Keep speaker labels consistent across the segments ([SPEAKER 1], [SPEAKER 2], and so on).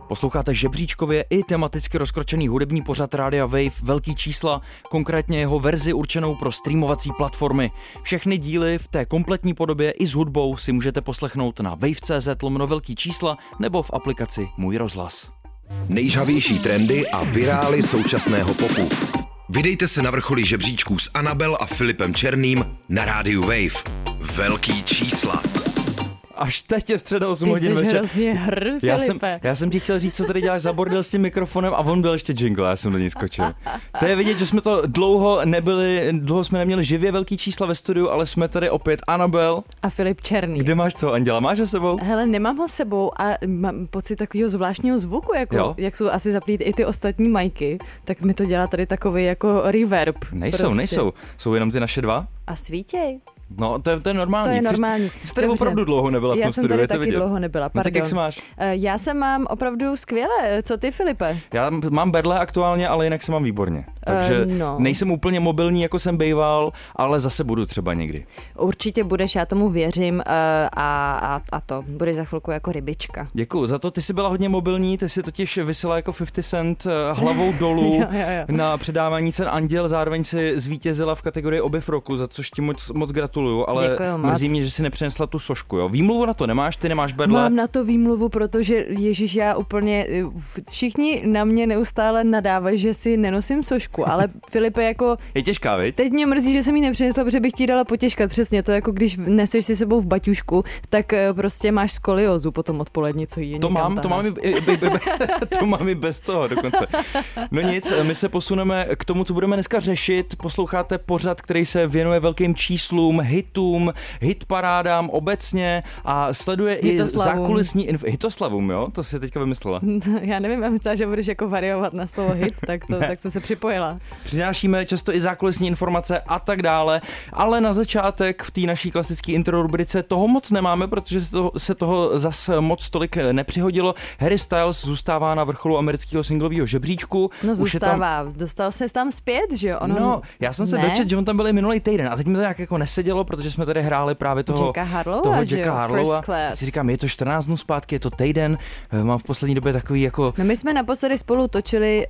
[SPEAKER 1] Posloucháte žebříčkově i tematicky rozkročený hudební pořad Rádia Wave Velký čísla, konkrétně jeho verzi určenou pro streamovací platformy. Všechny díly v té kompletní podobě i s hudbou si můžete poslechnout na wave.cz/velký čísla nebo v aplikaci Můj rozhlas.
[SPEAKER 2] Nejžhavější trendy a virály současného popu. Vydejte se na vrcholy žebříčků s Anabel a Filipem Černým na rádiu Wave. Velký čísla.
[SPEAKER 1] Až teď je středa 8 hodin večer. Já jsem ti chtěl říct, co tady děláš za bordel s tím mikrofonem a on byl ještě jingle, já jsem do něj skočil. To je vidět, že jsme to dlouho jsme neměli živě velký čísla ve studiu, ale jsme tady opět Anabel.
[SPEAKER 3] A Filip Černý.
[SPEAKER 1] Kde máš to, Anděla? Máš ho sebou?
[SPEAKER 3] Hele, nemám ho sebou a mám pocit takového zvláštního zvuku, jako, jak jsou asi zaplít i ty ostatní majky, tak mi to dělá tady takový jako reverb.
[SPEAKER 1] Nejsou. Jsou jenom ty naše dva?
[SPEAKER 3] A svítěj.
[SPEAKER 1] No, to je normální.
[SPEAKER 3] To je normální.
[SPEAKER 1] Ty jsi tady opravdu dlouho nebyla v tom studiu.
[SPEAKER 3] Já jsem tady taky dlouho nebyla, pardon.
[SPEAKER 1] No, tak jak se máš?
[SPEAKER 3] Já se mám opravdu skvěle. Co ty, Filipe?
[SPEAKER 1] Já mám berle aktuálně, ale jinak se mám výborně. Takže nejsem úplně mobilní, jako jsem bejval, ale zase budu třeba někdy.
[SPEAKER 3] Určitě budeš, já tomu věřím a to. Budeš za chvilku jako rybička.
[SPEAKER 1] Děkuju. Za to ty jsi byla hodně mobilní, ty jsi totiž visela jako 50 Cent hlavou dolů
[SPEAKER 3] jo.
[SPEAKER 1] na předávání cen Anděl, zároveň si zvítězila v kategorii objev roku, za což ti moc gratuluju, ale mrzí mě, že si nepřinesla tu sošku. Jo? Výmluvu na to nemáš, ty nemáš berle?
[SPEAKER 3] Mám na to výmluvu, protože ježiš, já úplně, všichni na mě neustále nadávají, že si nenosím sošku, ale Filipe jako...
[SPEAKER 1] Je těžká, viď?
[SPEAKER 3] Teď mě mrzí, že jsem ji nepřinesla, protože bych ti dala potěžkat, přesně to, jako když neseš si sebou v baťušku, tak prostě máš skoliozu potom odpolední, co jí
[SPEAKER 1] to mám i bez toho dokonce. No nic, my se posuneme k tomu, co budeme dneska řešit. Posloucháte pořad, který se věnuje velkým číslům, hitům, hitparádám obecně a sleduje i zákulisní hitoslavům, jo? To si teďka vymyslela.
[SPEAKER 3] Já nevím, já myslela, že budeš jako variovat na slovo hit, tak jsem se připojila.
[SPEAKER 1] Přinášíme často i zákulisní informace a tak dále, ale na začátek v té naší klasické intro rubrice toho moc nemáme, protože se toho zas moc tolik nepřihodilo. Harry Styles zůstává na vrcholu amerického singlového žebříčku.
[SPEAKER 3] No zůstává, dostal se tam zpět, že jo?
[SPEAKER 1] No, já jsem se dočetl, že on tam byl i minulý týden a teď mi to nějak jako nesedělo, protože jsme tady hráli právě toho Jacka Harlowa. Teď si říkám, je to 14 dnů zpátky, je to týden, mám v poslední době takový jako...
[SPEAKER 3] No my jsme naposledy spolu točili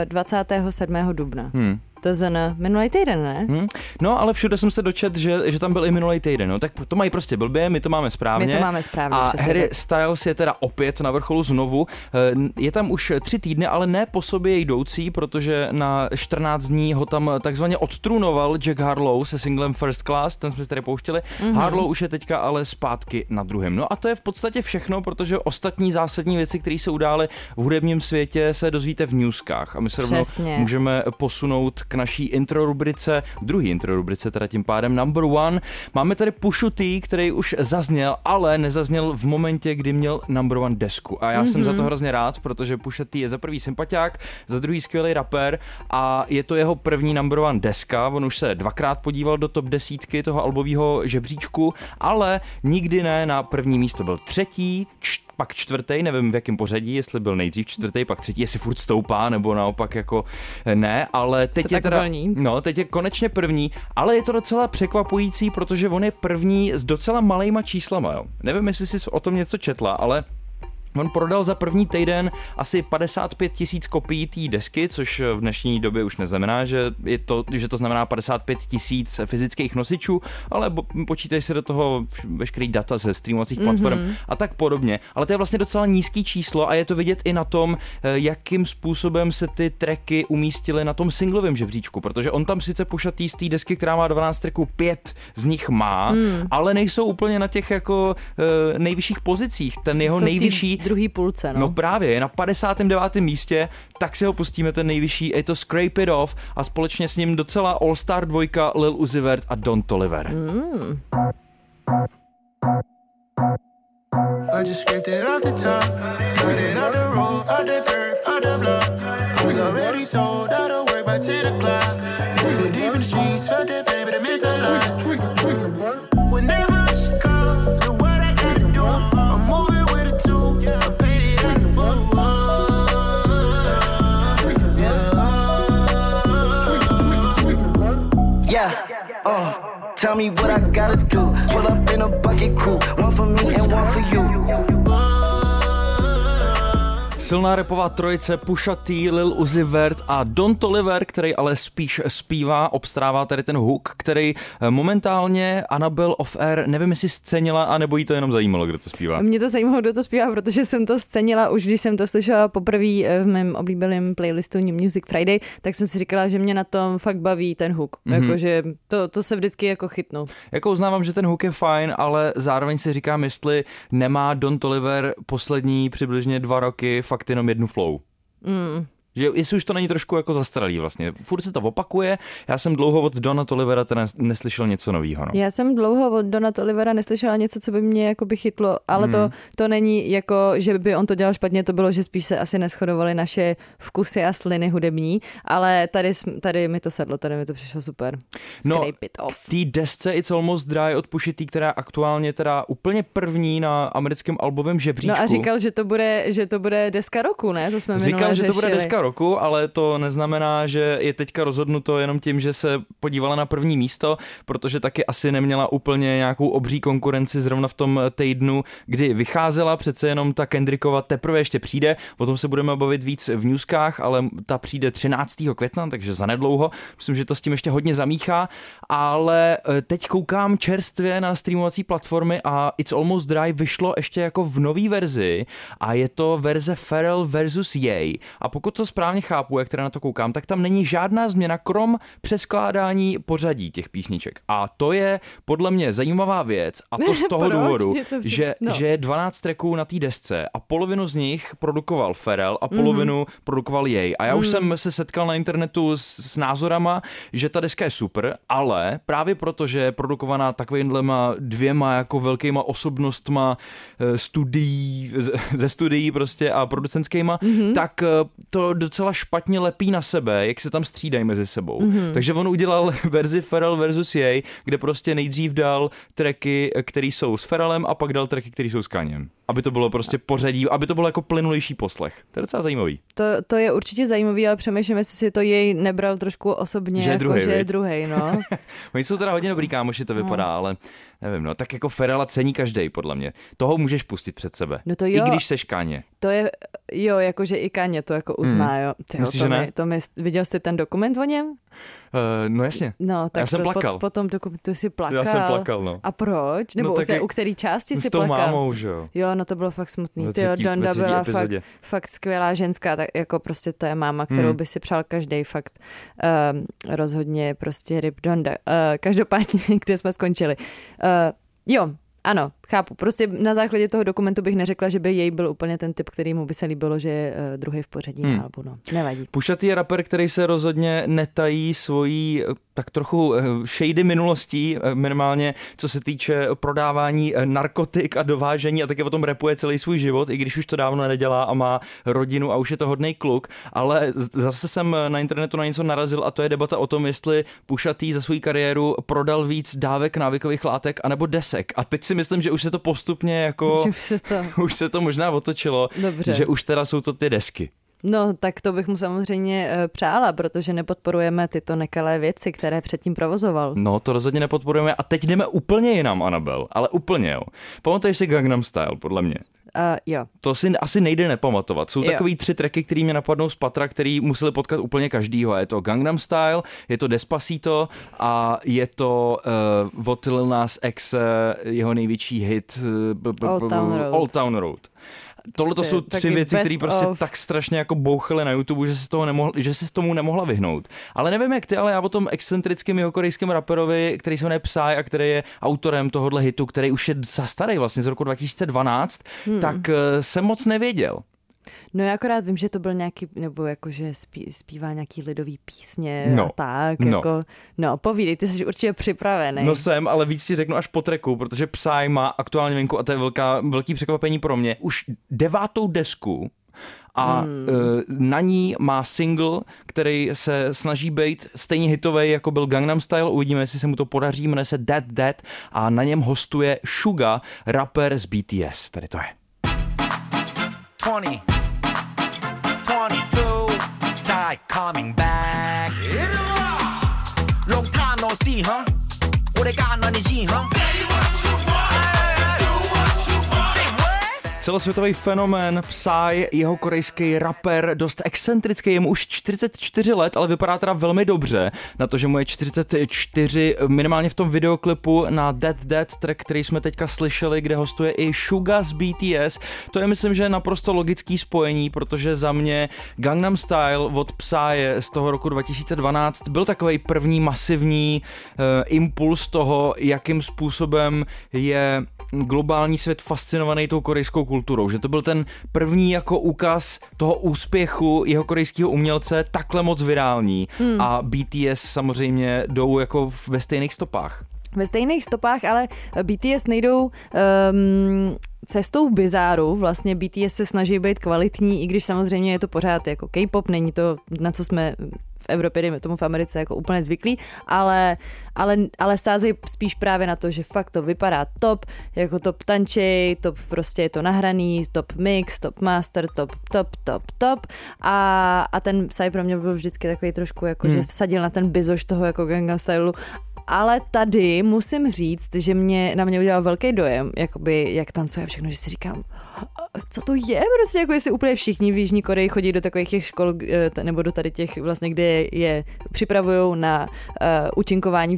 [SPEAKER 3] 27. dubna. To je minulý týden, ne?
[SPEAKER 1] No, ale všude jsem se dočet, že tam byl i minulý týden. No, tak to mají prostě blbě, my to máme správně. A Harry Styles je teda opět na vrcholu znovu. Je tam už 3 týdny, ale ne po sobě jdoucí, protože na 14 dní ho tam takzvaně odtrůnoval Jack Harlow se singlem First Class, ten jsme si tady pouštěli. Harlow už je teďka ale zpátky na druhém. No a to je v podstatě všechno, protože ostatní zásadní věci, které se udály v hudebním světě, se dozvíte v newskách. A my se rovnou můžeme posunout k naší introrubrice, druhý introrubrice, teda tím pádem number one. Máme tady Pushu T, který už zazněl, ale nezazněl v momentě, kdy měl number one desku. A já jsem za to hrozně rád, protože Pusha T je za prvý sympatiák, za druhý skvělý rapper a je to jeho první number one deska. On už se 2krát podíval do top 10 toho albového žebříčku, ale nikdy ne na první místo. Byl 3., pak 4., nevím v jakém pořadí, jestli byl nejdřív 4., pak 3., jestli furt stoupá, nebo naopak jako ne, ale teď je teda, teď je konečně první, ale je to docela překvapující, protože on je první s docela malejma číslama, jo. Nevím, jestli jsi o tom něco četla, ale on prodal za první týden asi 55 000 kopií té desky, což v dnešní době už neznamená, že to znamená 55 000 fyzických nosičů, ale počítají se do toho veškerý data ze streamovacích platform a tak podobně. Ale to je vlastně docela nízký číslo a je to vidět i na tom, jakým způsobem se ty tracky umístily na tom singlovém žebříčku, protože on tam sice Pusha T z té desky, která má 12 tracků, 5 z nich má, ale nejsou úplně na těch jako nejvyšších pozicích. Ten jeho nejvyšší
[SPEAKER 3] druhý půlce, no.
[SPEAKER 1] No právě, je na 59. místě, tak si ho pustíme ten nejvyšší, je to Scrape It Off a společně s ním docela all-star dvojka Lil Uzi Vert a Don Toliver. I just scraped it off the top, cut it off the road, off the curve, off the block. I was already sold, I don't work by 10 o'clock. Too deep in the streets, felt that baby, that meant a lot. When they rush calls, the what I gotta do, I'm moving with a tool, I paid it out the full.
[SPEAKER 4] Tell me what I gotta do. Pull up in a bucket coupe, one for me and one for you.
[SPEAKER 1] Silná rapová trojice Pusha T, Lil Uzi Vert a Don Toliver, který ale spíš zpívá, obstrává tady ten hook, který momentálně Annabelle Off Air, nevím, jestli scenila, anebo jí to jenom zajímalo, kdo to zpívá.
[SPEAKER 3] Mě to zajímalo, kdo to zpívá, protože jsem to scenila už, když jsem to slyšela poprvé v mém oblíbeném playlistu New Music Friday, tak jsem si říkala, že mě na tom fakt baví ten hook. Jakože to se vždycky jako chytnu.
[SPEAKER 1] Jako uznávám, že ten hook je fajn, ale zároveň si říkám, jestli nemá Don Toliver poslední přibližně 2 roky fakt jenom jednu flow. Že jestli už to není trošku jako zastaralý vlastně. Furt se to opakuje. Já jsem dlouho od Dona Tolivera teda neslyšel něco novýho. No.
[SPEAKER 3] Já jsem dlouho od Dona Tolivera neslyšela něco, co by mě jakoby chytlo, ale to není jako, že by on to dělal špatně, to bylo, že spíš se asi neshodovaly naše vkusy a sliny hudební, ale tady mi to sedlo, tady mi to přišlo super. Scrape it off.
[SPEAKER 1] V té desce It's Almost Dry od Pushy T, která aktuálně teda úplně první na americkém albovém žebříčku.
[SPEAKER 3] No a říkal, že to bude deska roku, ne? To jsme
[SPEAKER 1] říkal, že to bude deska roku, ale to neznamená, že je teďka rozhodnuto jenom tím, že se podívala na první místo, protože taky asi neměla úplně nějakou obří konkurenci zrovna v tom týdnu, kdy vycházela, přece jenom ta Kendrickova teprve ještě přijde, o tom se budeme bavit víc v newskách, ale ta přijde 13. května, takže zanedlouho, myslím, že to s tím ještě hodně zamíchá, ale teď koukám čerstvě na streamovací platformy a It's Almost Dry vyšlo ještě jako v nový verzi a je to verze Pharrell versus Ye a pokud to správně chápu, jak teda na to koukám, tak tam není žádná změna krom přeskládání pořadí těch písniček. A to je podle mě zajímavá věc a to z toho důvodu, že je 12 tracků na té desce a polovinu z nich produkoval Pharrell a polovinu produkoval Ye. A já už jsem se setkal na internetu s názorama, že ta deska je super, ale právě proto, že je produkovaná takovýmhlema 2 jako velkýma osobnostma ze studií prostě a producentskýma, tak to docela špatně lepí na sebe, jak se tam střídají mezi sebou. Takže on udělal verzi Pharrell versus Ye, kde prostě nejdřív dal tracky, které jsou s Pharrellem a pak dal tracky, které jsou s Kaniem. Aby to bylo prostě pořadí, aby to bylo jako plynulejší poslech. To je docela zajímavý.
[SPEAKER 3] To je určitě zajímavý, ale přemýšlím, jestli si to jej nebral trošku osobně, že je druhej, no.
[SPEAKER 1] Oni jsou teda hodně dobrý kámoši, to vypadá, ale nevím, no, tak jako Pharrella cení každej, podle mě. Toho můžeš pustit před sebe. No to jo. I když seš Kanye.
[SPEAKER 3] To je, jo, jakože i Kanye to jako uzná, jo.
[SPEAKER 1] Myslíš, že ne?
[SPEAKER 3] Viděl jsi ten dokument o něm?
[SPEAKER 1] No jasně.
[SPEAKER 3] No, tak
[SPEAKER 1] já jsem plakal.
[SPEAKER 3] Po tom dokumentu jsi plakal.
[SPEAKER 1] Já jsem plakal, no.
[SPEAKER 3] A proč? Nebo u který části jsi
[SPEAKER 1] plakal?
[SPEAKER 3] S tou
[SPEAKER 1] mámou, že jo.
[SPEAKER 3] Jo, no to bylo fakt smutný. Donda byla fakt skvělá ženská, tak jako prostě to je máma, kterou by si přál každej, fakt rozhodně prostě rip Donda. Každopádně, kde jsme skončili. Jo, ano, chápu. Prostě na základě toho dokumentu bych neřekla, že by jej byl úplně ten typ, kterýmu by se líbilo, že je druhý v pořadí na albu, no. Nevadí.
[SPEAKER 1] Pusha T je rapper, který se rozhodně netají svojí tak trochu shady minulostí, minimálně co se týče prodávání narkotik a dovážení a taky o tom rapuje celý svůj život, i když už to dávno nedělá a má rodinu a už je to hodnej kluk, ale zase jsem na internetu na něco narazil a to je debata o tom, jestli Pusha T za svou kariéru prodal víc dávek návykových látek anebo desek. A teď si myslím, že už se to postupně jako už se to možná otočilo, že už teda jsou to ty desky.
[SPEAKER 3] No, tak to bych mu samozřejmě přála, protože nepodporujeme tyto nekalé věci, které předtím provozoval.
[SPEAKER 1] No, to rozhodně nepodporujeme a teď jdeme úplně jinam, Annabelle, ale úplně jo. Pamatuješ si Gangnam Style, podle mě?
[SPEAKER 3] Jo.
[SPEAKER 1] To si asi nejde nepamatovat. Jsou takový 3 tracky, který mě napadnou z patra, který museli potkat úplně každýho. Je to Gangnam Style, je to Despacito a je to od Lil Nas X jeho největší hit Old Town Road. Tohle to jsou 3 věci, které prostě tak strašně jako bouchaly na YouTube, že se tomu nemohla vyhnout. Ale nevím jak ty, ale já o tom excentrickém jihokorejském raperovi, který se jmenuje Psy a který je autorem tohohle hitu, který už je starý vlastně z roku 2012, tak jsem moc nevěděl.
[SPEAKER 3] No já akorát vím, že to byl nějaký, nebo jakože zpívá nějaký lidový písně a tak, jako, povídej, ty jsi určitě připravený.
[SPEAKER 1] No jsem, ale víc ti řeknu až po tracku, protože Psy má aktuálně venku, a to je velký překvapení pro mě, už 9. desku a na ní má single, který se snaží být stejně hitový, jako byl Gangnam Style, uvidíme, jestli se mu to podaří, jmenuje se That a na něm hostuje Suga, rapper z BTS, tady to je.
[SPEAKER 5] 20, 22, side coming back. Long time no see, huh?
[SPEAKER 1] Celosvětový fenomén Psy, jeho korejský rapper, dost excentrický, je mu už 44 let, ale vypadá teda velmi dobře na to, že mu je 44, minimálně v tom videoklipu na Dead track, který jsme teďka slyšeli, kde hostuje i Suga z BTS. To je, myslím, že naprosto logický spojení, protože za mě Gangnam Style od Psy z toho roku 2012 byl takovej první masivní impuls toho, jakým způsobem je globální svět fascinovaný tou korejskou kulturou, že to byl ten první jako úkaz toho úspěchu jeho korejského umělce takhle moc virální a BTS samozřejmě jdou jako ve stejných stopách.
[SPEAKER 3] Ve stejných stopách, ale BTS nejdou cestou bizáru, vlastně BTS se snaží být kvalitní, i když samozřejmě je to pořád jako K-pop, není to, na co jsme v Evropě, dejme tomu v Americe, jako úplně zvyklí, ale sázejí spíš právě na to, že fakt to vypadá top, jako top tančej, top prostě je to nahraný, top mix, top master, top a ten Psy pro mě byl vždycky takový trošku jako, že vsadil na ten bizoš toho jako Gangnam Stylu. Ale tady musím říct, že na mě udělal velký dojem, jakoby, jak tancuje všechno, že si říkám, co to je prostě, jako jestli úplně všichni v Jižní Koreji chodí do takových těch škol, nebo do tady těch vlastně, kde je připravujou na účinkování v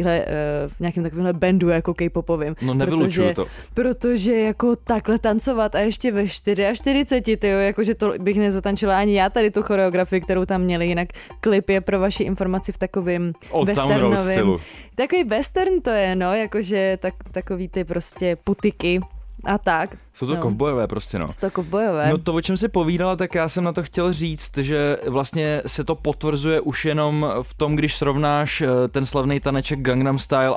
[SPEAKER 3] nějakém takovémhle bandu jako K-popovým.
[SPEAKER 1] No nevylučuju to.
[SPEAKER 3] Protože jako takhle tancovat a ještě ve 44, tyjo, jakože to bych nezatančila ani já tady tu choreografii, kterou tam měli, jinak klip je pro vaši informaci v takovým westernovým. Takový western to je, no, jakože takový ty prostě putiky a tak.
[SPEAKER 1] Jsou to kovbojové prostě, no.
[SPEAKER 3] Jsou to kovbojové.
[SPEAKER 1] No to, o čem jsi povídala, tak já jsem na to chtěl říct, že vlastně se to potvrzuje už jenom v tom, když srovnáš ten slavný taneček Gangnam Style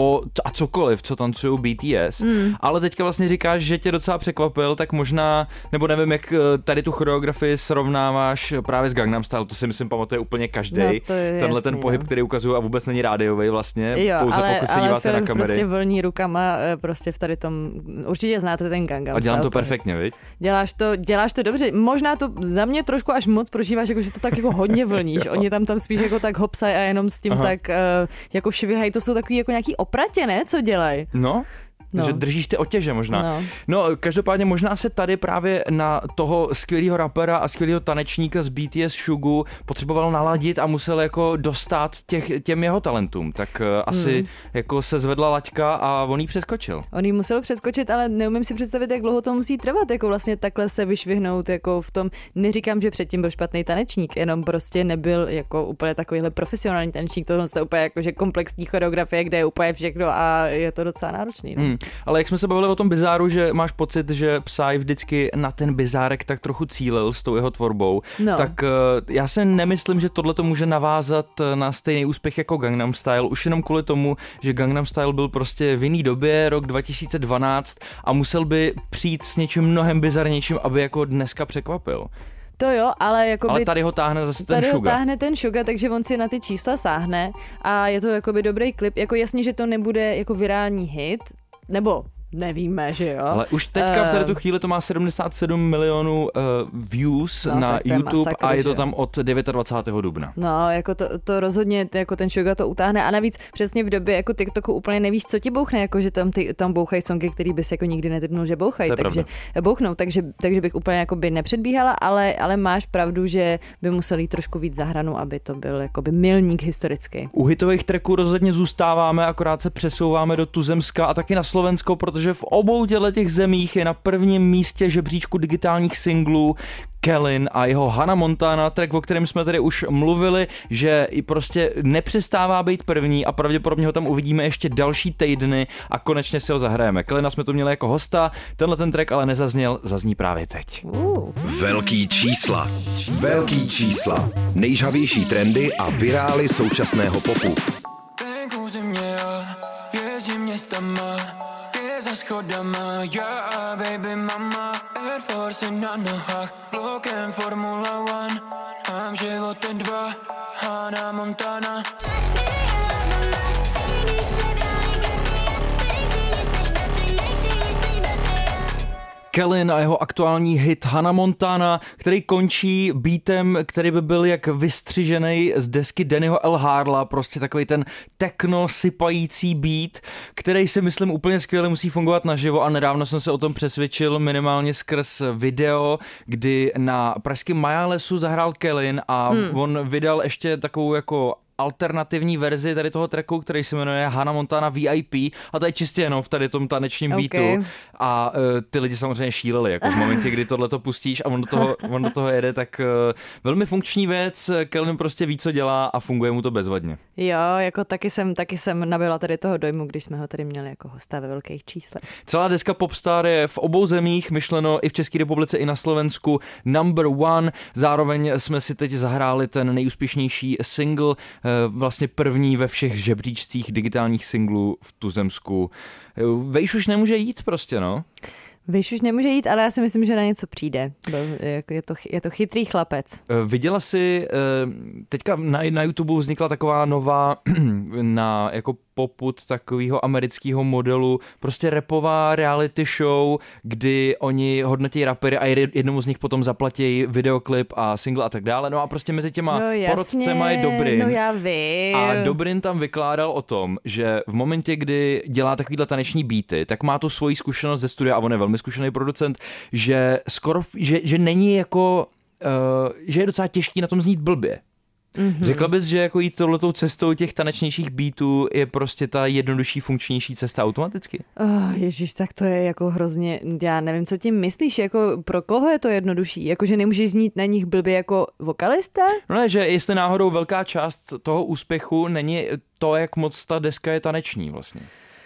[SPEAKER 1] a cokoliv, co tancují BTS. Ale teďka vlastně říkáš, že tě docela překvapil, tak možná, nebo nevím, jak tady tu choreografii srovnáváš právě s Gangnam Style, to si myslím pamatuje úplně každý. No, tenhle ten pohyb, který ukazují a vůbec není rádiový vlastně,
[SPEAKER 3] jo,
[SPEAKER 1] pouze pokud se díváte na kamery.
[SPEAKER 3] Prostě vlní rukama prostě v tady tom, určitě znáte ten Gangnam.
[SPEAKER 1] A dělám to perfektně, viď?
[SPEAKER 3] Děláš to dobře. Možná to za mě trošku až moc prožíváš, jako že to tak jako hodně vlníš. Oni tam spíš jako tak hopsaj a jenom s tím tak jako švihají. To jsou takový jako nějaký opratě, ne? Co dělají?
[SPEAKER 1] No. Že držíš ty otěže možná. No, každopádně možná se tady právě na toho skvělého rapera a skvělého tanečníka z BTS Sugu potřeboval naladit a musel jako dostat těm jeho talentům. Tak asi jako se zvedla laťka a on jí přeskočil. On jí musel přeskočit, ale neumím si představit, jak dlouho to musí trvat, jako vlastně takhle se vyšvihnout jako v tom. Neříkám, že předtím byl špatný tanečník, jenom prostě nebyl jako úplně takovýhle profesionální tanečník, to je úplně jako že komplexní choreografie, kde je úplně všechno a je to docela náročný. No. Ale jak jsme se bavili o tom bizáru, že máš pocit, že Psy vždycky na ten bizárek tak trochu cílil s tou jeho tvorbou, tak já si nemyslím, že tohle to může navázat na stejný úspěch jako Gangnam Style, už jenom kvůli tomu, že Gangnam Style byl prostě v jiný době, rok 2012 a musel by přijít s něčím mnohem bizarnějším, aby jako dneska překvapil.
[SPEAKER 3] To jo, ale
[SPEAKER 1] tady ho táhne zase ten Suga.
[SPEAKER 3] Tady ho táhne ten Suga, takže on si na ty čísla sáhne a je to jakoby dobrý klip. Jako jasně, že to nebude jako virální hit, nebo nevíme, že jo.
[SPEAKER 1] Ale už teďka v této chvíli to má 77 milionů views na YouTube masakr, a je to tam od 29. dubna.
[SPEAKER 3] No, jako to rozhodně, jako ten Suga to utáhne a navíc přesně v době jako TikToku úplně nevíš, co ti bouchne, jako že tam bouchají songy, který bys jako nikdy netypnul, že bouchají, takže bouchnou, takže bych úplně jako by nepředbíhala, ale máš pravdu, že by musel jít trošku víc za hranu, aby to byl jakoby milník historický.
[SPEAKER 1] U hitových tracků rozhodně zůstáváme, akorát se přesouváme do Tuzemska a taky na Slovensko, protože v obou těch zemích je na prvním místě žebříčku digitálních singlů Kellin a jeho Hannah Montana, track, o kterém jsme tady už mluvili, že i prostě nepřestává být první a pravděpodobně ho tam uvidíme ještě další týdny a konečně si ho zahrajeme. Kellina jsme tu měli jako hosta, tenhle ten track ale nezazněl, zazní právě teď.
[SPEAKER 2] Velký čísla. Velký čísla. Nejžhavější trendy a virály současného popu.
[SPEAKER 6] Venku země a jezdím městama, za schodama, já a baby mama, Air Force na nohách, blokem Formula One, mám životem 2, Hannah Montana.
[SPEAKER 1] Kellyn a jeho aktuální hit Hannah Montana, který končí beatem, který by byl jak vystřižený z desky Dannyho L. Harla, prostě takový ten techno sypající beat, který si myslím úplně skvěle musí fungovat naživo a nedávno jsem se o tom přesvědčil minimálně skrz video, kdy na pražském Majalesu zahrál Kellyn a on vydal ještě takovou jako alternativní verzi tady toho tracku, který se jmenuje Hannah Montana VIP a to je čistě jenom v tady tom tanečním beatu a ty lidi samozřejmě šíleli, jako v momentě, kdy tohleto pustíš a on do toho jede, tak velmi funkční věc, Kellyn prostě ví, co dělá a funguje mu to bezvadně.
[SPEAKER 3] Jo, jako taky jsem nabyla tady toho dojmu, když jsme ho tady měli jako hosta ve velkých číslech.
[SPEAKER 1] Celá deska Popstar je v obou zemích, myšleno i v České republice, i na Slovensku number one, zároveň jsme si teď zahráli ten nejúspěšnější single, vlastně první ve všech žebříčcích digitálních singlů v tuzemsku. Vejš už nemůže jít prostě, no.
[SPEAKER 3] Vejš už nemůže jít, ale já si myslím, že na něco přijde. Je to chytrý chlapec.
[SPEAKER 1] Viděla jsi, teďka na YouTube vznikla taková nová na jako popud takového amerického modelu, prostě rapová reality show, kdy oni hodnotí rapery a jednomu z nich potom zaplatí videoklip a single a tak dále. No a prostě mezi těma porodcema je Dobrin.
[SPEAKER 3] No já vím.
[SPEAKER 1] A Dobrin tam vykládal o tom, že v momentě, kdy dělá takovýhle taneční beaty, tak má tu svoji zkušenost ze studia a on je velmi zkušený producent, že skoro, že není jako, že je docela těžký na tom znít blbě. Mm-hmm. Řekla bys, že jako jít touhletou cestou těch tanečnějších beatů je prostě ta jednodušší, funkčnější cesta automaticky?
[SPEAKER 3] Ježíš, tak to je jako hrozně, já nevím, co tím myslíš, jako pro koho je to jednodušší? Jako, že nemůžeš znít na nich blbě jako vokalista?
[SPEAKER 1] No ne, že jestli náhodou velká část toho úspěchu není to, jak moc ta deska je taneční vlastně.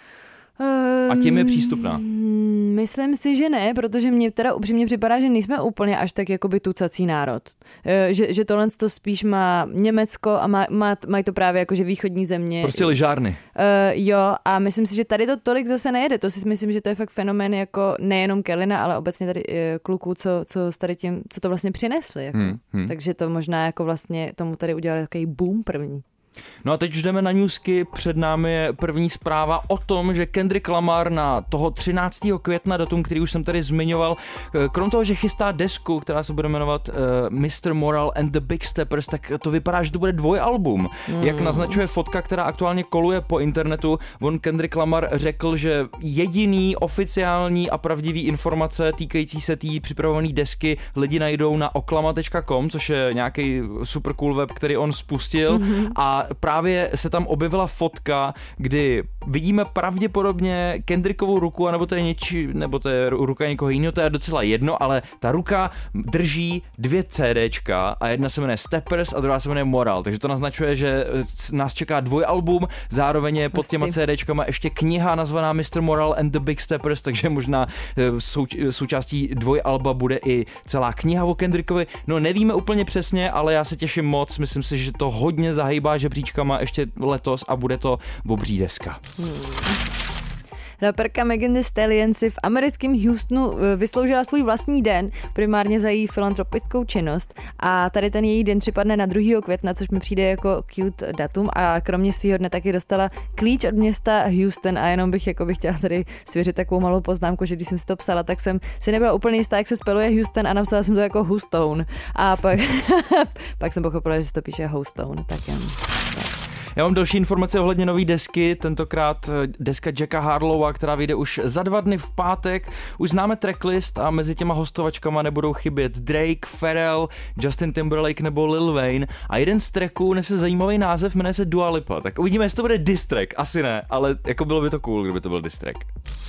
[SPEAKER 1] A tím je přístupná.
[SPEAKER 3] Myslím si, že ne, protože mně teda upřímně připadá, že nejsme úplně až tak jakoby tucací národ. Že tohle to spíš má Německo a mají to právě jakože východní země.
[SPEAKER 1] Prostě lyžárny.
[SPEAKER 3] Jo, a myslím si, že tady to tolik zase nejede. To si myslím, že to je fakt fenomén jako nejenom Kellyna, ale obecně tady kluků, co to vlastně přinesli. Jako. Takže to možná jako vlastně tomu tady udělali takový boom první.
[SPEAKER 1] No a teď už jdeme na newsky, před námi je první zpráva o tom, že Kendrick Lamar na toho 13. května, datum, který už jsem tady zmiňoval, krom toho, že chystá desku, která se bude jmenovat Mr. Moral and the Big Steppers, tak to vypadá, že to bude dvojalbum. Jak naznačuje fotka, která aktuálně koluje po internetu, on Kendrick Lamar řekl, že jediný oficiální a pravdivý informace týkající se té připravované desky lidi najdou na oklama.com, což je nějaký super cool web, který on spustil a právě se tam objevila fotka, kdy vidíme pravděpodobně Kendrickovou ruku, anebo to je nebo to je ruka někoho jiného, to je docela jedno, ale ta ruka drží 2 CDčka a jedna se jmenuje Steppers a druhá se jmenuje Moral, takže to naznačuje, že nás čeká dvojalbum, zároveň je pod těma CDčkama ještě kniha nazvaná Mr. Moral and the Big Steppers, takže možná součástí dvojalba bude i celá kniha o Kendrickovi. No nevíme úplně přesně, ale já se těším moc, myslím si, že to hodně zahýbá žebříčkama ještě letos a bude to obří deska.
[SPEAKER 3] Raperka Megan Thee Stallion si v americkém Houstonu vysloužila svůj vlastní den, primárně za její filantropickou činnost a tady ten její den připadne na 2. května, což mi přijde jako cute datum a kromě svýho dne taky dostala klíč od města Houston a jenom bych chtěla tady svěřit takovou malou poznámku, že když jsem si to psala, tak jsem si nebyla úplně jistá, jak se speluje Houston a napsala jsem to jako Houston a pak jsem pochopila, že se to píše Houston, tak jen.
[SPEAKER 1] Já mám další informace ohledně nové desky, tentokrát deska Jacka Harlowa, která vyjde už za 2 dny v pátek. Už známe tracklist a mezi těma hostovačkama nebudou chybět Drake, Pharrell, Justin Timberlake nebo Lil Wayne a jeden z tracků nese zajímavý název, jmenuje se Dua Lipa. Tak uvidíme, jestli to bude diss track, asi ne, ale jako bylo by to cool, kdyby to byl diss track.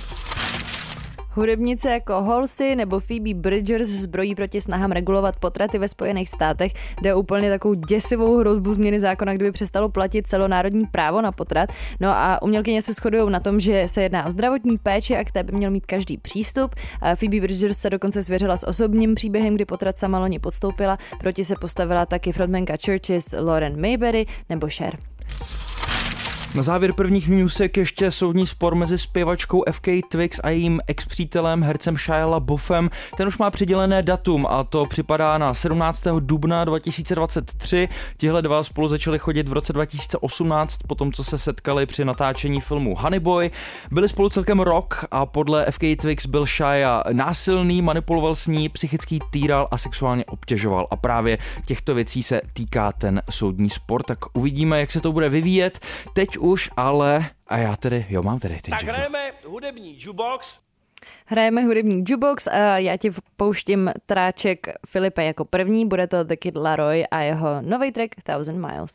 [SPEAKER 3] Hudebnice jako Halsey nebo Phoebe Bridgers zbrojí proti snahám regulovat potraty ve Spojených státech. Jde úplně takovou děsivou hrozbu změny zákona, kdyby přestalo platit celonárodní právo na potrat. No a umělkyně se shodují na tom, že se jedná o zdravotní péči a k té by měl mít každý přístup. Phoebe Bridgers se dokonce svěřila s osobním příběhem, kdy potrat sama loni podstoupila. Proti se postavila taky frontmanka Churches Lauren Mayberry nebo Cher.
[SPEAKER 1] Na závěr prvních newsek ještě soudní spor mezi zpěvačkou FK Twigs a jejím ex-přítelem, hercem Shia LaBeoufem. Ten už má přidělené datum a to připadá na 17. dubna 2023. Tihle dva spolu začali chodit v roce 2018, potom co se setkali při natáčení filmu Honey Boy. Byli spolu celkem rok a podle FK Twigs byl Shia násilný, manipuloval s ní, psychicky týral a sexuálně obtěžoval. A právě těchto věcí se týká ten soudní spor, tak uvidíme, jak se to bude vyvíjet. Teď už, ale... A já tedy, mám tady teď.
[SPEAKER 7] Tak hrajeme hudební jukebox.
[SPEAKER 3] Hrajeme hudební jukebox a já ti pouštím tráček Filipe jako první, bude to The Kid Laroi a jeho nový track Thousand Miles.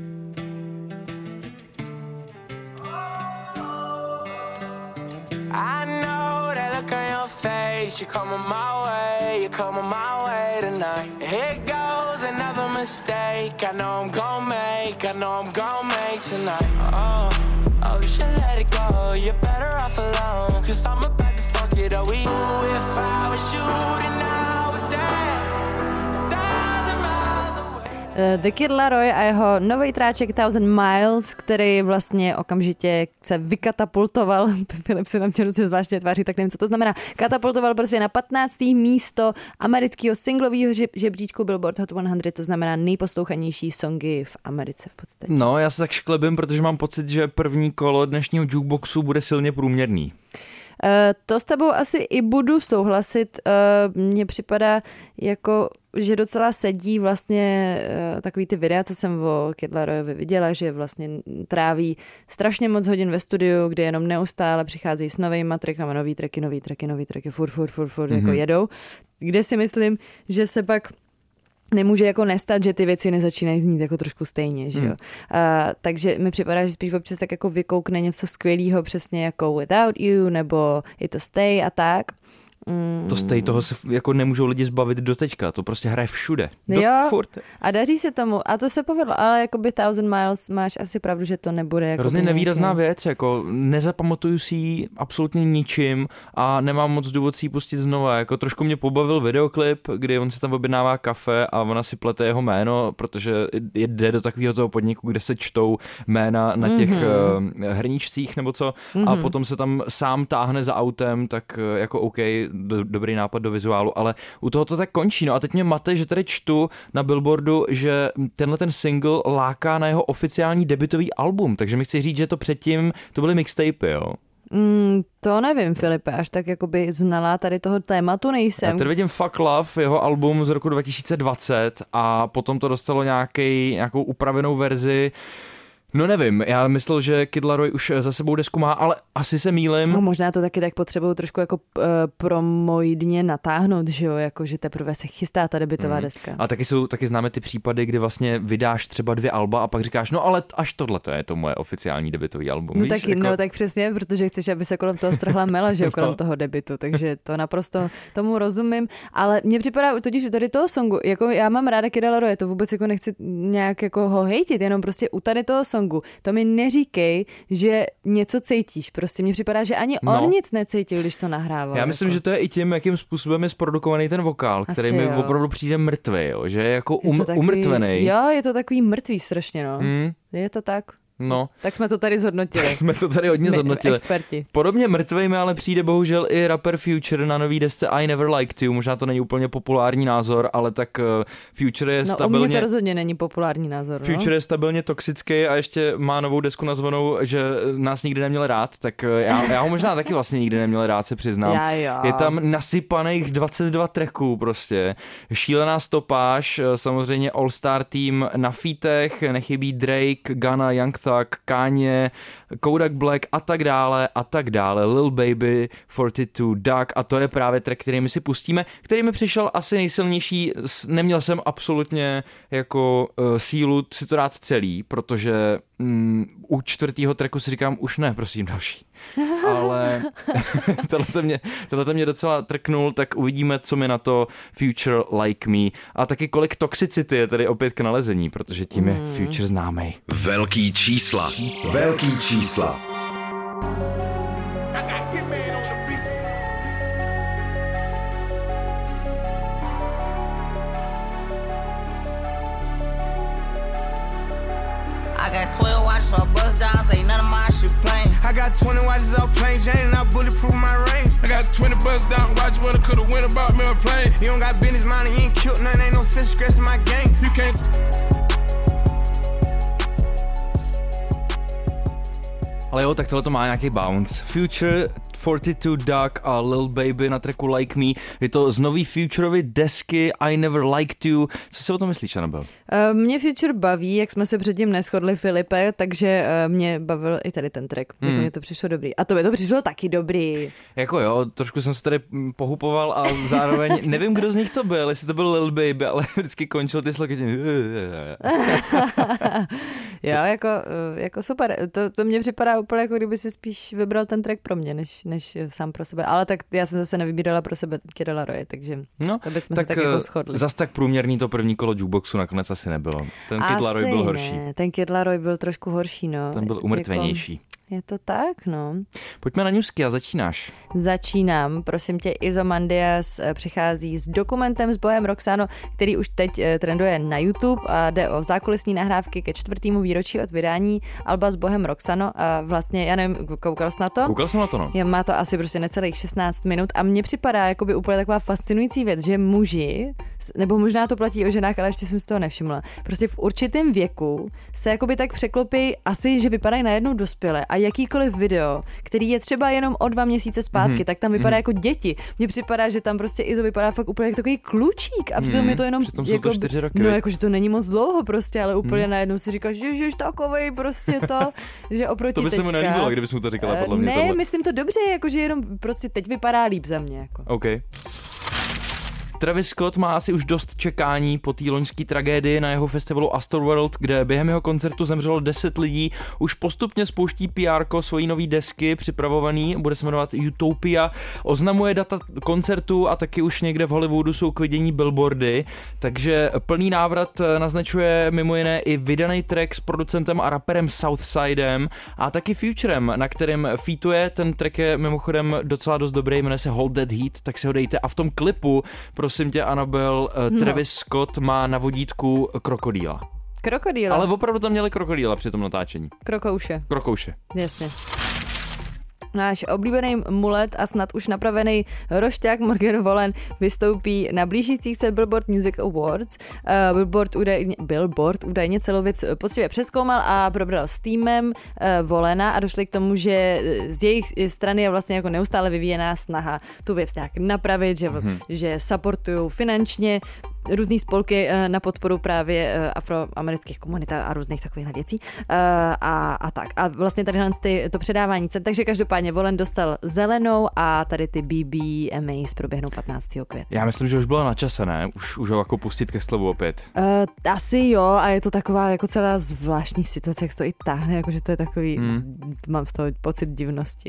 [SPEAKER 6] I know that look on your face. You're coming my way tonight. Here goes another mistake. I know I'm gon' make tonight. Oh, you should let it go. You're better off alone. 'Cause I'm about to fuck it up with you. If I was shooting, I was dead.
[SPEAKER 3] The Kid Laroi a jeho nový tráček Thousand Miles, který vlastně okamžitě se vykatapultoval, Filip se nám se zvláštně tváří, tak nevím, co to znamená, katapultoval prostě na 15. místo amerického singlového žebříčku Billboard Hot 100, to znamená nejposlouchanější songy v Americe v podstatě.
[SPEAKER 1] No, já se tak šklebím, protože mám pocit, že první kolo dnešního jukeboxu bude silně průměrný.
[SPEAKER 3] To s tebou asi i budu souhlasit. Mně připadá jako, že docela sedí vlastně takový ty videa, co jsem o Kid Laroiovi viděla, že vlastně tráví strašně moc hodin ve studiu, kde jenom neustále přicházejí s novejma trackama, nový tracky, furt jako jedou, kde si myslím, že se pak nemůže jako nestat, že ty věci nezačínají znít jako trošku stejně, že jo. Takže mi připadá, že spíš občas tak jako vykoukne něco skvělého, přesně jako Without You, nebo je to Stay a tak.
[SPEAKER 1] To Stay, toho se jako nemůžou lidi zbavit do teďka, to prostě hraje všude. Furt.
[SPEAKER 3] A daří se tomu, a to se povedlo, ale jakoby Thousand Miles máš asi pravdu, že to nebude jako
[SPEAKER 1] hrozně nevýrazná věc, jako nezapamatuju si ji absolutně ničím a nemám moc důvod si ji pustit znova, jako trošku mě pobavil videoklip, kdy on si tam objednává kafe a ona si plete jeho jméno, protože jde do takového toho podniku, kde se čtou jména na těch hrníčcích nebo co a potom se tam sám táhne za autem, tak jako OK, dobrý nápad do vizuálu, ale u toho to tak končí. No a teď mě mate, že tady čtu na Billboardu, že tenhle ten single láká na jeho oficiální debutový album, takže mi chci říct, že to předtím, to byly mixtapy, jo?
[SPEAKER 3] To nevím, Filipe, až tak jakoby znalá tady toho tématu nejsem.
[SPEAKER 1] Já tady vidím Fuck Love, jeho album z roku 2020 a potom to dostalo nějakou upravenou verzi. No nevím, já myslel, že Kid Laroi už za sebou desku má, ale asi se mýlim.
[SPEAKER 3] No možná to taky tak potřebuju trošku jako promoidně natáhnout, že jo, jako že teprve se chystá ta debutová deska.
[SPEAKER 1] A taky známe ty případy, kdy vlastně vydáš třeba 2 alba a pak říkáš, no ale až tohle to je to moje oficiální debutový album.
[SPEAKER 3] No,
[SPEAKER 1] víš,
[SPEAKER 3] taky,
[SPEAKER 1] jako...
[SPEAKER 3] no tak přesně, protože chceš, aby se kolem toho strhla mela, že jo, kolem toho debutu, takže to naprosto tomu rozumím, ale mně připadá totiž tady toho songu, jako já mám ráda Kida Laroi, to vůbec jako nechci nějak jako ho hejtit, jenom prostě u tady toho songu. To mi neříkej, že něco cítíš. Prostě mně připadá, že ani on nic necítil, když to nahrával.
[SPEAKER 1] Já myslím, že to je i tím, jakým způsobem je zprodukovaný ten vokál, který mi opravdu přijde mrtvý, jo? Že je jako umrtvený.
[SPEAKER 3] Jo, je to takový mrtvý strašně, no. Je to tak.
[SPEAKER 1] No.
[SPEAKER 3] Tak jsme to tady zhodnotili.
[SPEAKER 1] Jsme to tady hodně zhodnotili.
[SPEAKER 3] Experti.
[SPEAKER 1] Podobně mrtvej mi ale přijde bohužel i rapper Future na nový desce I Never Liked You. Možná to není úplně populární názor, ale tak Future je stabilně...
[SPEAKER 3] No, u mě to rozhodně není populární názor.
[SPEAKER 1] Future je stabilně toxický a ještě má novou desku nazvanou, že nás nikdy neměl rád, tak já ho možná taky vlastně nikdy neměl rád, se přiznám. Je tam nasypaných 22 tracků prostě. Šílená stopáž, samozřejmě All Star Team na featech, nechybí Drake, Gunna, Young Thug, Kanye, Kodak Black a tak dále, Lil Baby, 42, Duck a to je právě track, který my si pustíme, který mi přišel asi nejsilnější, neměl jsem absolutně jako sílu si to dát celý, protože u 4. tracku si říkám, už ne, prosím, další. Ale tohle mě docela trknul, tak uvidíme, co mi na to Future Like Me. A taky kolik toxicity je tady opět k nalezení, protože tím je Future známej.
[SPEAKER 2] Velký čísla. Velký čísla.
[SPEAKER 8] I got 12 watches off bust downs, ain't none of my shit plain. I got 20 watches off plain Jane, and I bulletproof my range. I got 20 bust down watches, what I could've went about me a plane. You don't got business mind, you ain't killed none, ain't no sense stressing my game. You can't.
[SPEAKER 1] Ale jo, tak tohle to má nějaký bounce. Future, 42 Dugg a Lil Baby na tracku Like Me. Je to z nový Futurovy desky I Never Liked You. Co si o tom myslíš, Anabel?
[SPEAKER 3] Mě Future baví, jak jsme se předtím neshodli, Filipe, takže mě bavil i tady ten track. Tak mně to přišlo dobrý. A to by to přišlo taky dobrý.
[SPEAKER 1] Jako jo, trošku jsem se tady pohupoval a zároveň nevím, kdo z nich to byl, jestli to byl Lil Baby, ale vždycky končil ty sloky tím.
[SPEAKER 3] Jo, jako super. To mně připadá úplně, jako kdyby si spíš vybral ten track pro mě, než sám pro sebe. Ale tak já jsem zase nevybírala pro sebe Kida Laroye, takže to bychom se tak jako shodli.
[SPEAKER 1] Zas tak průměrný to první kolo jukeboxu nakonec asi nebylo. Ten Kid Laroi byl horší.
[SPEAKER 3] Ten Kid Laroi byl trošku horší, no.
[SPEAKER 1] Ten byl umrtvenější.
[SPEAKER 3] Jako, je to tak, no.
[SPEAKER 1] Pojďme na newsky a začínáš.
[SPEAKER 3] Začínám, prosím tě, Izomandias přichází s dokumentem s Bohem Roxano, který už teď trenduje na YouTube a jde o zákulisní nahrávky ke 4. výročí od vydání alba s Bohem Roxano a vlastně, já nevím, koukal jsi na to?
[SPEAKER 1] Koukal jsem na to, no.
[SPEAKER 3] Má to asi prostě necelých 16 minut a mně připadá jakoby úplně taková fascinující věc, že muži, nebo možná to platí o ženách, ale ještě jsem si toho nevšimla, prostě v určitém věku se jakoby tak překlopí asi, že vypadají najednou dospělé a jakýkoliv video, který je třeba jenom o 2 měsíce zpátky, tak tam vypadá jako děti. Mně připadá, že tam prostě Izo vypadá fakt úplně jako takový klučík a přitom je to jenom
[SPEAKER 1] jako, 4 roky.
[SPEAKER 3] No jakože to není moc dlouho prostě, ale úplně najednou si říkáš, že jsi takovej prostě to, že oproti
[SPEAKER 1] to by se mu nelíbilo, kdybys mu to říkala podle mě.
[SPEAKER 3] Ne,
[SPEAKER 1] tohle.
[SPEAKER 3] myslím to dobře, jakože jenom prostě teď vypadá líp za mě. Jako.
[SPEAKER 1] OK. Travis Scott má asi už dost čekání po té loňské tragédii na jeho festivalu Astroworld, kde během jeho koncertu zemřelo 10 lidí. Už postupně spouští PR svojí nový desky připravovaný, bude se jmenovat Utopia. Oznamuje data koncertu a taky už někde v Hollywoodu jsou k vidění billboardy, takže plný návrat naznačuje mimo jiné i vydaný track s producentem a raperem Southsidem a taky Futurem, na kterém featuje. Ten track je mimochodem docela dost dobrý, jmenuje se Hold That Heat, tak si ho dejte. A v tom klipu, prosím tě, Anabel, Travis Scott má na vodítku krokodýla.
[SPEAKER 3] Krokodýla?
[SPEAKER 1] Ale opravdu tam měli krokodýla při tom natáčení. Krokouše.
[SPEAKER 3] Jasně. Náš oblíbený mulet a snad už napravený rošťák Morgan Wallen vystoupí na blížících se Billboard Music Awards. Billboard údajně celou věc poctivě přezkoumal a probral s týmem Wallena a došli k tomu, že z jejich strany je vlastně jako neustále vyvíjená snaha tu věc nějak napravit, že supportují finančně různý spolky na podporu právě afroamerických komunit a různých takových věcí a tak. A vlastně tady to předávání cen, takže každopádně Wallen dostal zelenou a tady ty BBMAs proběhnou 15. května.
[SPEAKER 1] Já myslím, že už bylo na čase, ne? Už ho jako pustit ke slovu opět.
[SPEAKER 3] Asi jo a je to taková jako celá zvláštní situace, jak se to i táhne, jakože to je takový, mám z toho pocit divnosti.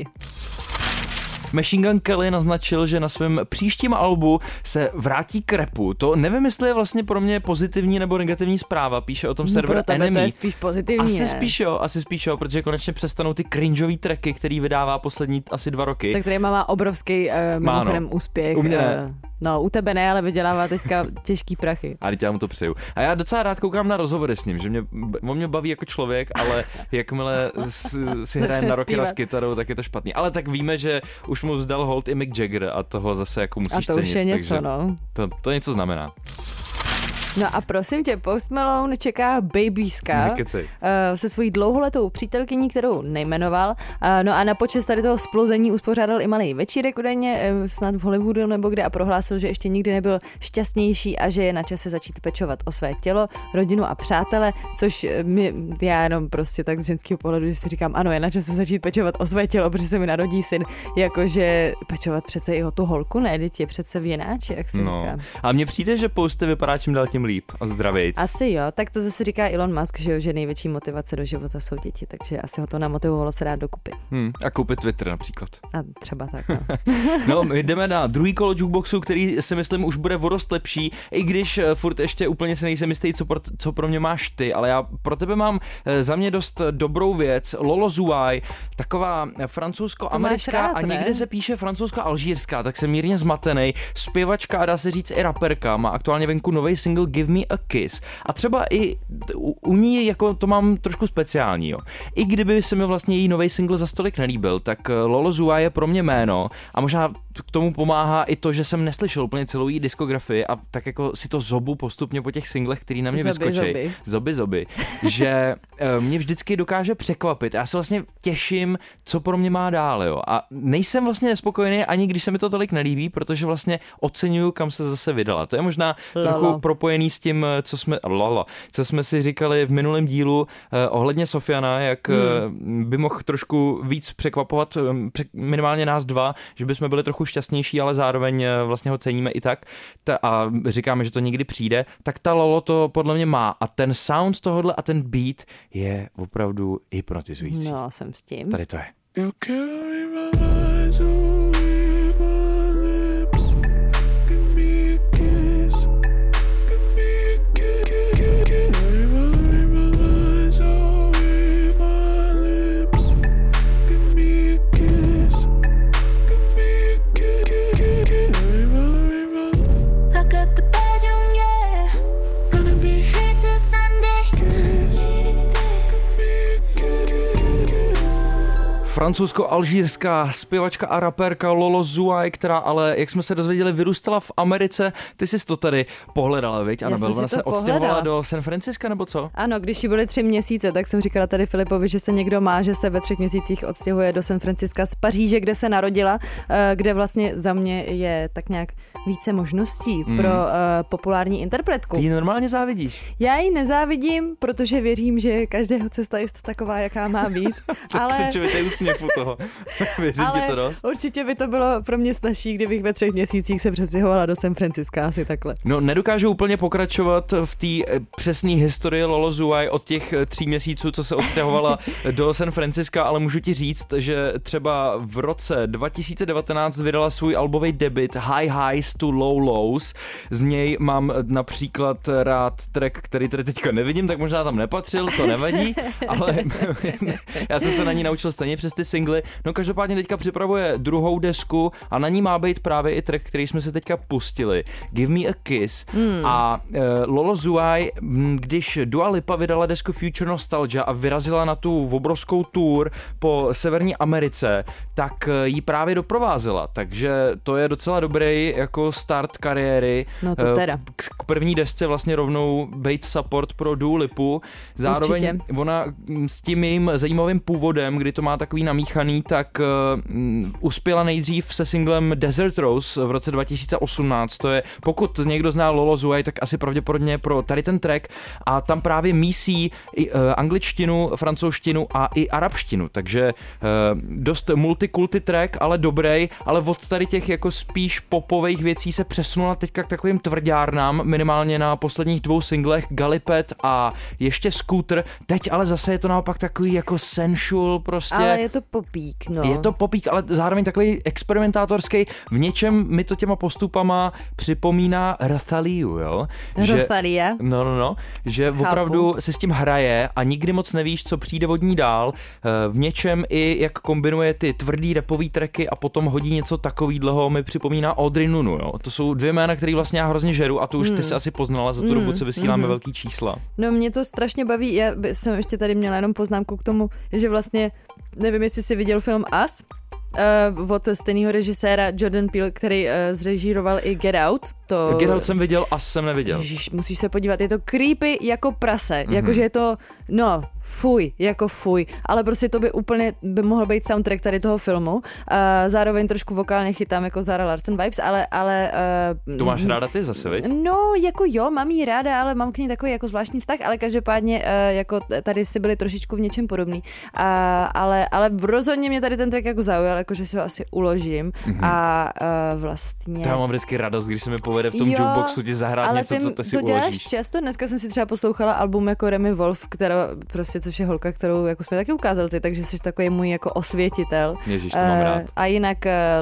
[SPEAKER 1] Machine Gun Kelly naznačil, že na svém příštím albu se vrátí k rapu. To nevím, jestli je vlastně pro mě pozitivní nebo negativní zpráva. Píše o tom server Enemy.
[SPEAKER 3] To je spíš pozitivní.
[SPEAKER 1] Asi spíš jo, protože konečně přestanou ty cringeový tracky, který vydává poslední asi 2 roky.
[SPEAKER 3] Se kterýma má obrovský mimochodem úspěch.
[SPEAKER 1] U mě ne.
[SPEAKER 3] No, u tebe ne, ale vydělává teďka těžký prachy.
[SPEAKER 1] A teď já mu to přeju. A já docela rád koukám na rozhovory s ním, že on mě baví jako člověk, ale jakmile si hraje na rockera s kytarou, tak je to špatný. Ale tak víme, že už mu vzdal hold i Mick Jagger a toho zase jako musíš cenit.
[SPEAKER 3] A to už je něco, no.
[SPEAKER 1] To něco znamená.
[SPEAKER 3] No a prosím tě, Post Malone čeká babíska se svojí dlouholetou přítelkyní, kterou nejmenoval. No a na počest tady toho splození uspořádal i malý večírek údajně, snad v Hollywoodu nebo kde, a prohlásil, že ještě nikdy nebyl šťastnější a že je na čase začít pečovat o své tělo, rodinu a přátele, což já jenom prostě tak z ženského pohledu, že si říkám, ano, je na čase začít pečovat o své tělo, protože se mi narodí syn, jakože pečovat přece i o tu holku, ne, teď je přece věnáč, jak se říká.
[SPEAKER 1] A mně přijde, že Posty vypadá čím dál tím líp a zdravějc.
[SPEAKER 3] Asi jo, tak to zase říká Elon Musk, že největší motivace do života jsou děti, takže asi ho to namotivovalo se dát dokupy.
[SPEAKER 1] A koupit Twitter například.
[SPEAKER 3] A třeba tak, no.
[SPEAKER 1] No, my jdeme na druhý kolo jukeboxu, který si myslím už bude o dost lepší, i když furt ještě úplně se nejsem jistý, co pro mě máš ty, ale já pro tebe mám za mě dost dobrou věc. Lolo Zouai, taková francouzsko-americká a někde se píše francouzsko-alžírská, tak jsem mírně zmatený. Zpěvačka a dá se říct i raperka, má aktuálně venku nový single Give Me a Kiss. A třeba i u ní jako to mám trošku speciální, jo. I kdyby se mi vlastně její nový single za stolik nelíbil, tak Lolo Zouaï je pro mě jméno a možná k tomu pomáhá i to, že jsem neslyšel úplně celou její diskografii a tak jako si to zobu postupně po těch singlech, který na mě vyskočí. Zoby. Že mě vždycky dokáže překvapit. Já se vlastně těším, co pro mě má dál, jo. A nejsem vlastně nespokojený, ani když se mi to tolik nelíbí, protože vlastně oceňuju, kam se zase vydala. To je možná trochu propojený s tím, co jsme si říkali v minulém dílu ohledně Sofiana, jak by mohl trošku víc překvapovat minimálně nás dva, že bychom byli trochu šťastnější, ale zároveň vlastně ho ceníme i tak a říkáme, že to někdy přijde, tak ta Lolo to podle mě má a ten sound tohodle a ten beat je opravdu hypnotizující.
[SPEAKER 3] No, jsem s tím.
[SPEAKER 1] Tady to je. Francouzsko-alžírská zpěvačka a rapérka Lolo Zouaï, která ale, jak jsme se dozvěděli, vyrůstala v Americe. Ty jsi to tady pohledala, viď? Anabel, ona se odstěhovala do San Francisca, nebo co?
[SPEAKER 3] Ano, když jí byly 3 měsíce, tak jsem říkala tady Filipovi, že se někdo má, že se ve 3 měsících odstěhuje do San Francisca z Paříže, kde se narodila, kde vlastně za mě je tak nějak více možností pro populární interpretku.
[SPEAKER 1] Ty ji normálně závidíš?
[SPEAKER 3] Já ji nezávidím, protože věřím, že každého cesta je taková, jaká má být.
[SPEAKER 1] Ale toho. Věřím ti to dost.
[SPEAKER 3] Určitě by to bylo pro mě snazší, kdybych ve 3 měsících se přestěhovala do San Francisca, asi takhle.
[SPEAKER 1] No, nedokážu úplně pokračovat v té přesné historii Lolo Zouaï od těch 3 měsíců, co se odstěhovala do San Francisca, ale můžu ti říct, že třeba v roce 2019 vydala svůj albový debut High Highs to Low Lows. Z něj mám například rád track, který tady teďka nevidím, tak možná tam nepatřil, to nevadí, ale já jsem se na ní naučil stejně přes ty singly. No každopádně teďka připravuje druhou desku a na ní má být právě i track, který jsme se teďka pustili. Give Me a Kiss. A Lolo Zouaï, když Dua Lipa vydala desku Future Nostalgia a vyrazila na tu obrovskou tour po Severní Americe, tak ji právě doprovázela. Takže to je docela dobrý jako start kariéry.
[SPEAKER 3] No to teda.
[SPEAKER 1] K první desce vlastně rovnou být support pro Dua Lipu. Zároveň určitě. Ona s tím jejím zajímavým původem, kdy to má takový namíchaný, tak uspěla nejdřív se singlem Desert Rose v roce 2018. To je, pokud někdo zná Lolo Zouaï, tak asi pravděpodobně pro tady ten track a tam právě mísí i angličtinu, francouzštinu a i arabštinu, takže dost multikulty track, ale dobrý, ale od tady těch jako spíš popových věcí se přesunula teďka k takovým tvrdárnám, minimálně na posledních 2 singlech Galipet a ještě Scooter. Teď ale zase je to naopak takový jako sensual prostě.
[SPEAKER 3] Ale je to popík, no.
[SPEAKER 1] Je to popík, ale zároveň takový experimentátorský. V něčem mi to těma postupama připomíná Rothaliu, jo?
[SPEAKER 3] Rothalia?
[SPEAKER 1] No. Že opravdu se s tím hraje a nikdy moc nevíš, co přijde od ní dál. V něčem i jak kombinuje ty tvrdý rapový tracky a potom hodí něco takovýhleho, mi připomíná Audrey Nunu, jo? To jsou 2 jména, který vlastně já hrozně žeru a tu už ty si asi poznala za tu dobu, co vysíláme velký čísla.
[SPEAKER 3] No mě to strašně baví, já jsem ještě tady měla jenom poznámku k tomu, že vlastně nevím, jestli jsi viděl film Us od stejného režiséra Jordan Peele, který zrežíroval i Get Out.
[SPEAKER 1] Get Out jsem viděl, Us jsem neviděl.
[SPEAKER 3] Ježiš, musíš se podívat, je to creepy jako prase, jakože je to, fuj, ale prostě to by úplně mohl být soundtrack tady toho filmu. Zároveň trošku vokálně chytám jako Zara Larsson vibes, ale
[SPEAKER 1] to máš ráda ty zase, viď?
[SPEAKER 3] No, jako jo, mám jí ráda, ale mám k ní takový jako zvláštní vztah, ale každopádně jako tady si byli trošičku v něčem podobný. Ale rozhodně mě tady ten track jako zaujal, jakože si ho asi uložím a vlastně...
[SPEAKER 1] To já mám vždycky radost, když se mi povede v tom jukeboxu ti zahrát něco, co ty si uložíš. Ale ty to děláš
[SPEAKER 3] často, dneska jsem si třeba poslouchala album jako Remy Wolf, která prostě, což je holka, kterou jako jsme taky ukázali ty, takže jsi takový můj jako osvětitel.
[SPEAKER 1] Ježiš, to mám rád.
[SPEAKER 3] A jinak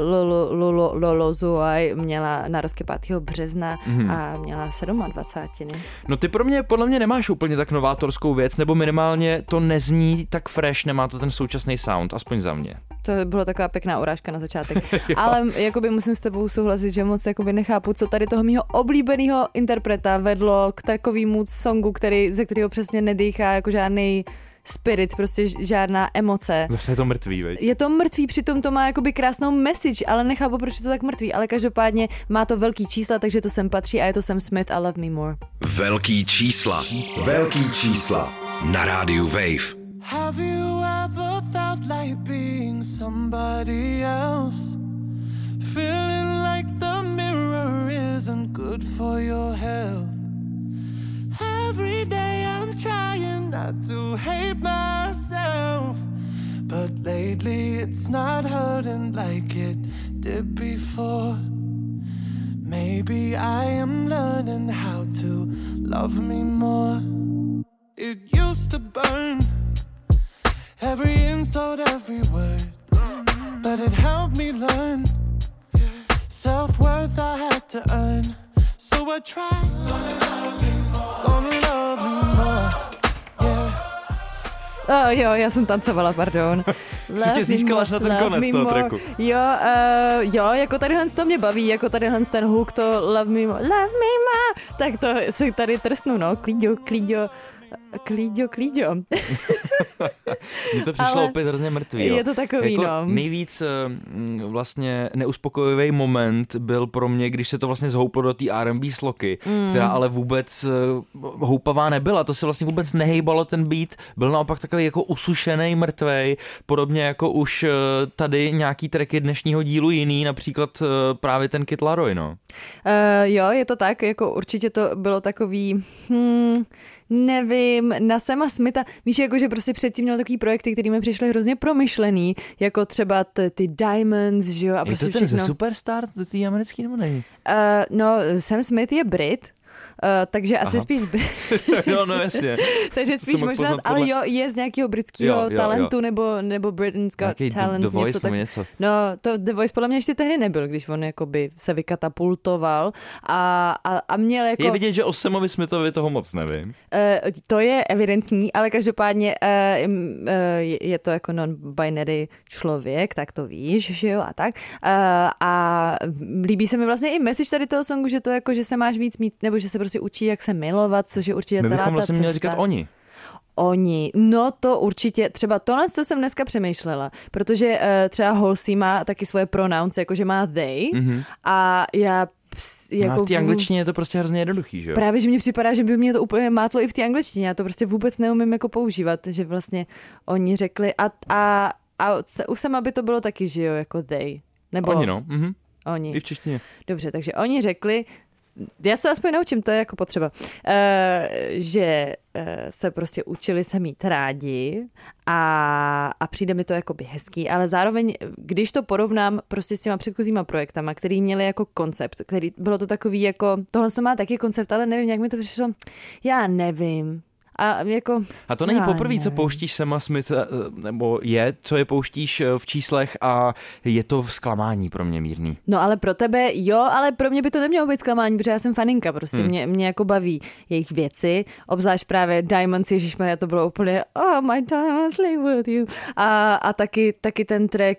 [SPEAKER 3] Lolo Zouaï měla narozky 5. března a měla 27.
[SPEAKER 1] No ty podle mě nemáš úplně tak novátorskou věc, nebo minimálně to nezní tak fresh, nemá to ten současný sound, aspoň za mě.
[SPEAKER 3] To bylo taková pěkná urážka na začátek. Ale jakoby musím s tebou souhlasit, že moc jakoby nechápu, co tady tady toho mýho oblíbeného interpreta vedlo k takovému songu, ze kterého přesně nedýchá jako žádný spirit, prostě žádná emoce.
[SPEAKER 1] Zase je to mrtvý, veď?
[SPEAKER 3] Je to mrtvý, přitom to má jakoby krásnou message, ale nechápu, proč je to tak mrtvý, ale každopádně má to velký čísla, takže to sem patří a je to Sam Smith a Love Me More.
[SPEAKER 2] Velký čísla. Velký čísla. Na rádiu Wave.
[SPEAKER 6] Have you ever felt like being somebody else? Feeling like the mirror isn't good for your health. Every day I'm trying not to hate myself, but lately it's not hurting like it did before. Maybe I am learning how to love me more. It used to burn, every insult, every word, but it helped me learn self-worth I had to earn. So I tried, gonna love me more, yeah.
[SPEAKER 3] Jo, já jsem tancovala, pardon.
[SPEAKER 1] Si tě získala až na ten konec toho tracku.
[SPEAKER 3] Jo, jako tadyhle to mě baví, jako tadyhle ten hook, to love me more, tak to si tady trstnu, no, klíďo.
[SPEAKER 1] Mně to přišlo opět hrozně mrtvý.
[SPEAKER 3] Je to takový,
[SPEAKER 1] jako
[SPEAKER 3] no.
[SPEAKER 1] Nejvíc vlastně neuspokojivý moment byl pro mě, když se to vlastně zhouplo do té R&B sloky, která ale vůbec houpavá nebyla. To se vlastně vůbec nehejbalo ten beat. Byl naopak takový jako usušený, mrtvej. Podobně jako už tady nějaký tracky dnešního dílu jiný, například právě ten Kid Laroi, no.
[SPEAKER 3] Jo, je to tak, jako určitě to bylo takový... Nevím, na Sama Smitha, víš, jako, že prostě předtím měl takový projekty, který mi přišly hrozně promyšlený, jako třeba ty Diamonds, že jo, a prostě
[SPEAKER 1] je to ten všechno... Superstar, ty americký nebo není?
[SPEAKER 3] No, Sam Smith je Brit, takže asi spíš...
[SPEAKER 1] No jasně.
[SPEAKER 3] Takže spíš možná, ale jo, je z nějakého britského talentu, nebo Britain's Got Talent,
[SPEAKER 1] The Voice,
[SPEAKER 3] něco tak.
[SPEAKER 1] Něco.
[SPEAKER 3] No, to The Voice podle mě ještě tehdy nebyl, když on jakoby se vykatapultoval a měl jako...
[SPEAKER 1] Je vidět, že o Samovi Smithovi toho moc nevím.
[SPEAKER 3] To je evidentní, ale každopádně je to jako non-binary člověk, tak to víš, že jo, a tak. A líbí se mi vlastně i message tady toho songu, že to jako, že se máš víc mít, nebo že se prostě učí, jak se milovat, což je určitě celá ta cesta. My bychom vlastně měli říkat oni, no to určitě, třeba tohle, co jsem dneska přemýšlela, protože třeba Halsey má taky svoje pronouns, jakože má they, a já jako
[SPEAKER 1] v té angličtině je to prostě hrozně jednoduchý, že jo?
[SPEAKER 3] Právě, že mně připadá, že by mě to úplně mátlo i v té angličtině, já to prostě vůbec neumím jako používat, že vlastně oni řekli a u Sama by to bylo taky, že jo, jako they. Nebo
[SPEAKER 1] oni, no.
[SPEAKER 3] Oni.
[SPEAKER 1] I v češtině.
[SPEAKER 3] Dobře, takže oni řekli, já se aspoň naučím, to je jako potřeba, že se prostě učili se mít rádi a přijde mi to jakoby hezký, ale zároveň, když to porovnám prostě s těma předchozíma projektama, který měli jako koncept, který bylo to takový jako, tohle to má taky koncept, ale nevím, jak mi to přišlo, já nevím.
[SPEAKER 1] A to není poprvé, co pouštíš Sama Smith, nebo co je pouštíš v číslech a je to zklamání pro mě mírný.
[SPEAKER 3] No ale pro tebe jo, ale pro mě by to nemělo být zklamání, protože já jsem faninka, prostě mě jako baví jejich věci, obzvlášť právě Diamonds, ježišmarja, to bylo úplně my diamonds live with you. A taky ten track,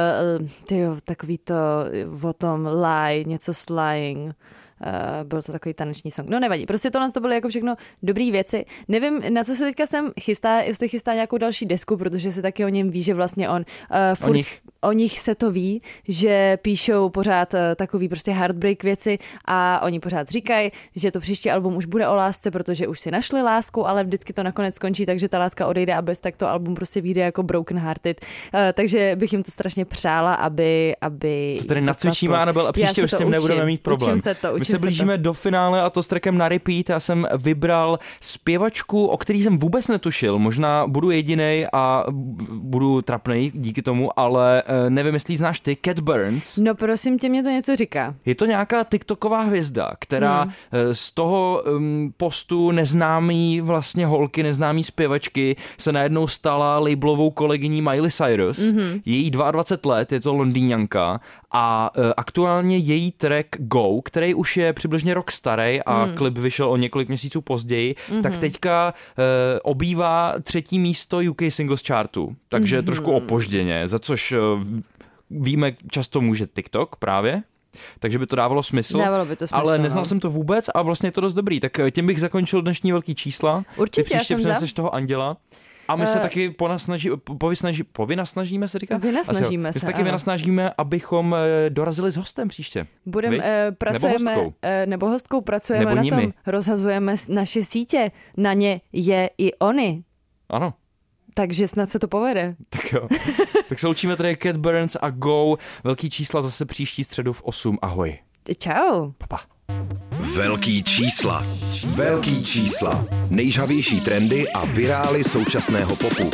[SPEAKER 3] takový to o tom lie, něco s lying. Byl to takový taneční song. No nevadí, prostě tohle to byly jako všechno dobrý věci. Nevím, na co se teďka sem chystá, jestli chystá nějakou další desku, protože se taky o něm ví, že vlastně on o nich se to ví, že píšou pořád takový prostě heartbreak věci a oni pořád říkají, že to příští album už bude o lásce, protože už si našli lásku, ale vždycky to nakonec skončí, takže ta láska odejde a bez tak to album prostě vyjde jako Broken Hearted. Takže bych jim to strašně přála, aby
[SPEAKER 1] to tady nacvičíme, Anabel, a příště už s tím nebudeme mít problém. My se blížíme do finále a to s trackem na repeat. Já jsem vybral zpěvačku, o který jsem vůbec netušil. Možná budu jedinej a budu trapnej díky tomu, ale nevím, jestli znáš ty, Cat Burns.
[SPEAKER 3] No prosím tě, mě to něco říká.
[SPEAKER 1] Je to nějaká TikToková hvězda, která z toho postu neznámý vlastně holky, neznámý zpěvačky se najednou stala labelovou kolegyní Miley Cyrus. Její 22 let, je to Londýňanka a aktuálně její track Go, který už je přibližně rok starý a klip vyšel o několik měsíců později, tak teďka obývá 3. místo UK Singles Chartu, takže trošku opožděně, za což víme, často může TikTok právě. Takže by to dávalo smysl.
[SPEAKER 3] Dávalo by to smysl,
[SPEAKER 1] ale neznal jsem to vůbec a vlastně je to dost dobrý. Tak tím bych zakončil dnešní velký čísla.
[SPEAKER 3] Určitě,
[SPEAKER 1] ty příště přineseš toho anděla. A my se taky povynasnažíme se říká?
[SPEAKER 3] Vynasnažíme se,
[SPEAKER 1] my se taky vynasnažíme, abychom dorazili s hostem příště.
[SPEAKER 3] Pracujeme, nebo hostkou pracujeme
[SPEAKER 1] nebo
[SPEAKER 3] na
[SPEAKER 1] nimi.
[SPEAKER 3] tom, rozhazujeme naše sítě, na ně je i oni.
[SPEAKER 1] Ano.
[SPEAKER 3] Takže snad se to povede.
[SPEAKER 1] Tak jo. Tak se loučíme tady Cat Burns a Go. Velký čísla zase příští středu v 8. Ahoj.
[SPEAKER 3] Čau.
[SPEAKER 1] Papa.
[SPEAKER 2] Velký čísla. Velký čísla. Nejžhavější trendy a virály současného popu.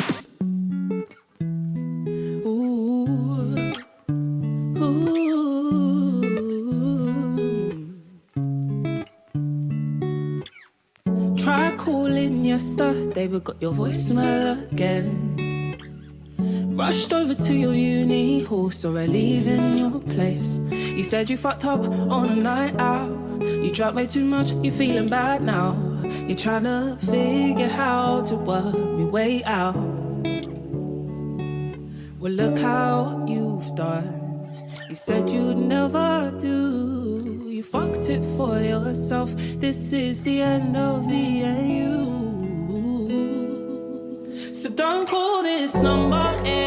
[SPEAKER 6] Try calling yesterday, but got your voicemail again. Rushed over to your uni hall, saw her leaving your place. You said you fucked up on a night out. You drank way too much, you're feeling bad now. You're trying to figure how to work your way out. Well, look how you've done. You said you'd never do. You fucked it for yourself. This is the end of the end. So don't call this number.